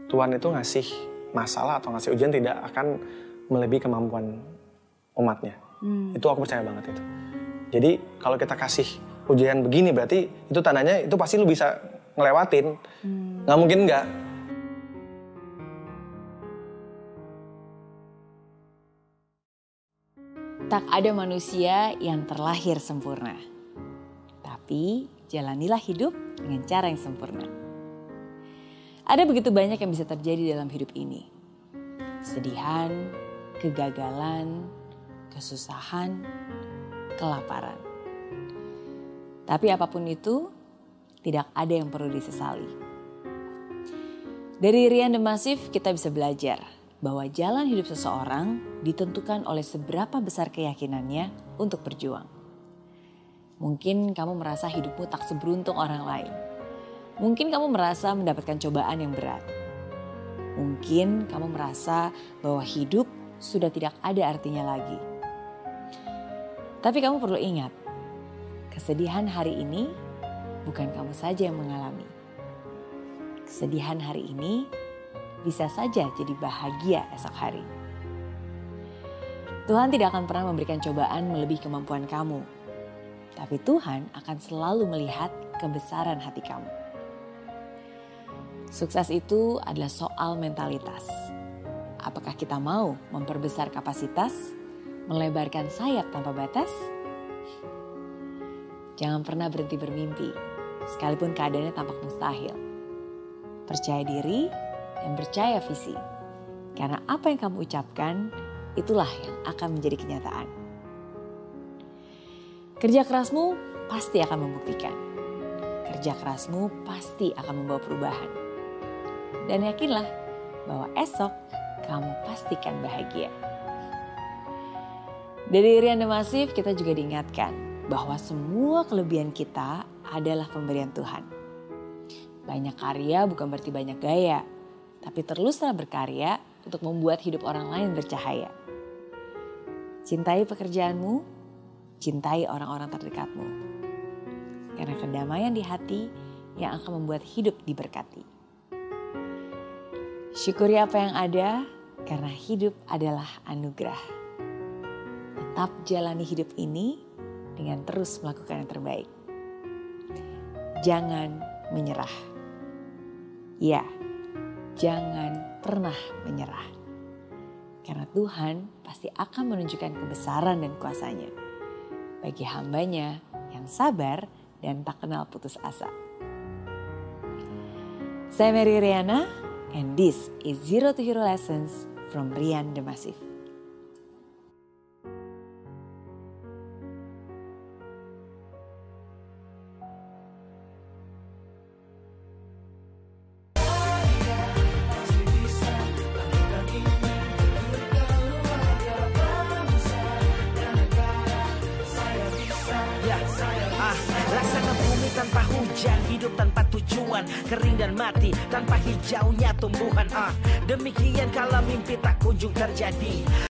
Tuhan itu ngasih masalah atau ngasih ujian tidak akan melebihi kemampuan umatnya. Itu aku percaya banget itu. Jadi kalau kita kasih ujian begini berarti itu tandanya itu pasti lu bisa ngelewatin. Nggak mungkin nggak. Tak ada manusia yang terlahir sempurna. Tapi jalanilah hidup dengan cara yang sempurna. Ada begitu banyak yang bisa terjadi dalam hidup ini. Kesedihan, kegagalan, kesusahan, kelaparan. Tapi apapun itu, tidak ada yang perlu disesali. Dari Rian The Massive kita bisa belajar bahwa jalan hidup seseorang ditentukan oleh seberapa besar keyakinannya untuk berjuang. Mungkin kamu merasa hidupmu tak seberuntung orang lain. Mungkin kamu merasa mendapatkan cobaan yang berat. Mungkin kamu merasa bahwa hidup sudah tidak ada artinya lagi. Tapi kamu perlu ingat, kesedihan hari ini bukan kamu saja yang mengalami. Kesedihan hari ini bisa saja jadi bahagia esok hari. Tuhan tidak akan pernah memberikan cobaan melebihi kemampuan kamu. Tapi Tuhan akan selalu melihat kebesaran hati kamu. Sukses itu adalah soal mentalitas. Apakah kita mau memperbesar kapasitas, melebarkan sayap tanpa batas? Jangan pernah berhenti bermimpi, sekalipun keadaannya tampak mustahil. Percaya diri dan percaya visi. Karena apa yang kamu ucapkan, itulah yang akan menjadi kenyataan. Kerja kerasmu pasti akan membuktikan. Kerja kerasmu pasti akan membawa perubahan. Dan yakinlah bahwa esok kamu pastikan bahagia. Dari Rian The Massive kita juga diingatkan bahwa semua kelebihan kita adalah pemberian Tuhan. Banyak karya bukan berarti banyak gaya, tapi teruslah berkarya untuk membuat hidup orang lain bercahaya. Cintai pekerjaanmu, cintai orang-orang terdekatmu. Karena kedamaian di hati yang akan membuat hidup diberkati. Syukuri apa yang ada, karena hidup adalah anugerah. Tetap jalani hidup ini dengan terus melakukan yang terbaik. Jangan menyerah. Ya, jangan pernah menyerah. Karena Tuhan pasti akan menunjukkan kebesaran dan kuasa-Nya bagi hamba-Nya yang sabar dan tak kenal putus asa. Saya Mary Riana, and this is Zero to Hero Lessons from Rian The Massive. Rasakan bumi tanpa hujan, hidup tanpa tujuan, kering dan mati tanpa hijaunya tumbuhan. Demikian kalau mimpi tak kunjung terjadi.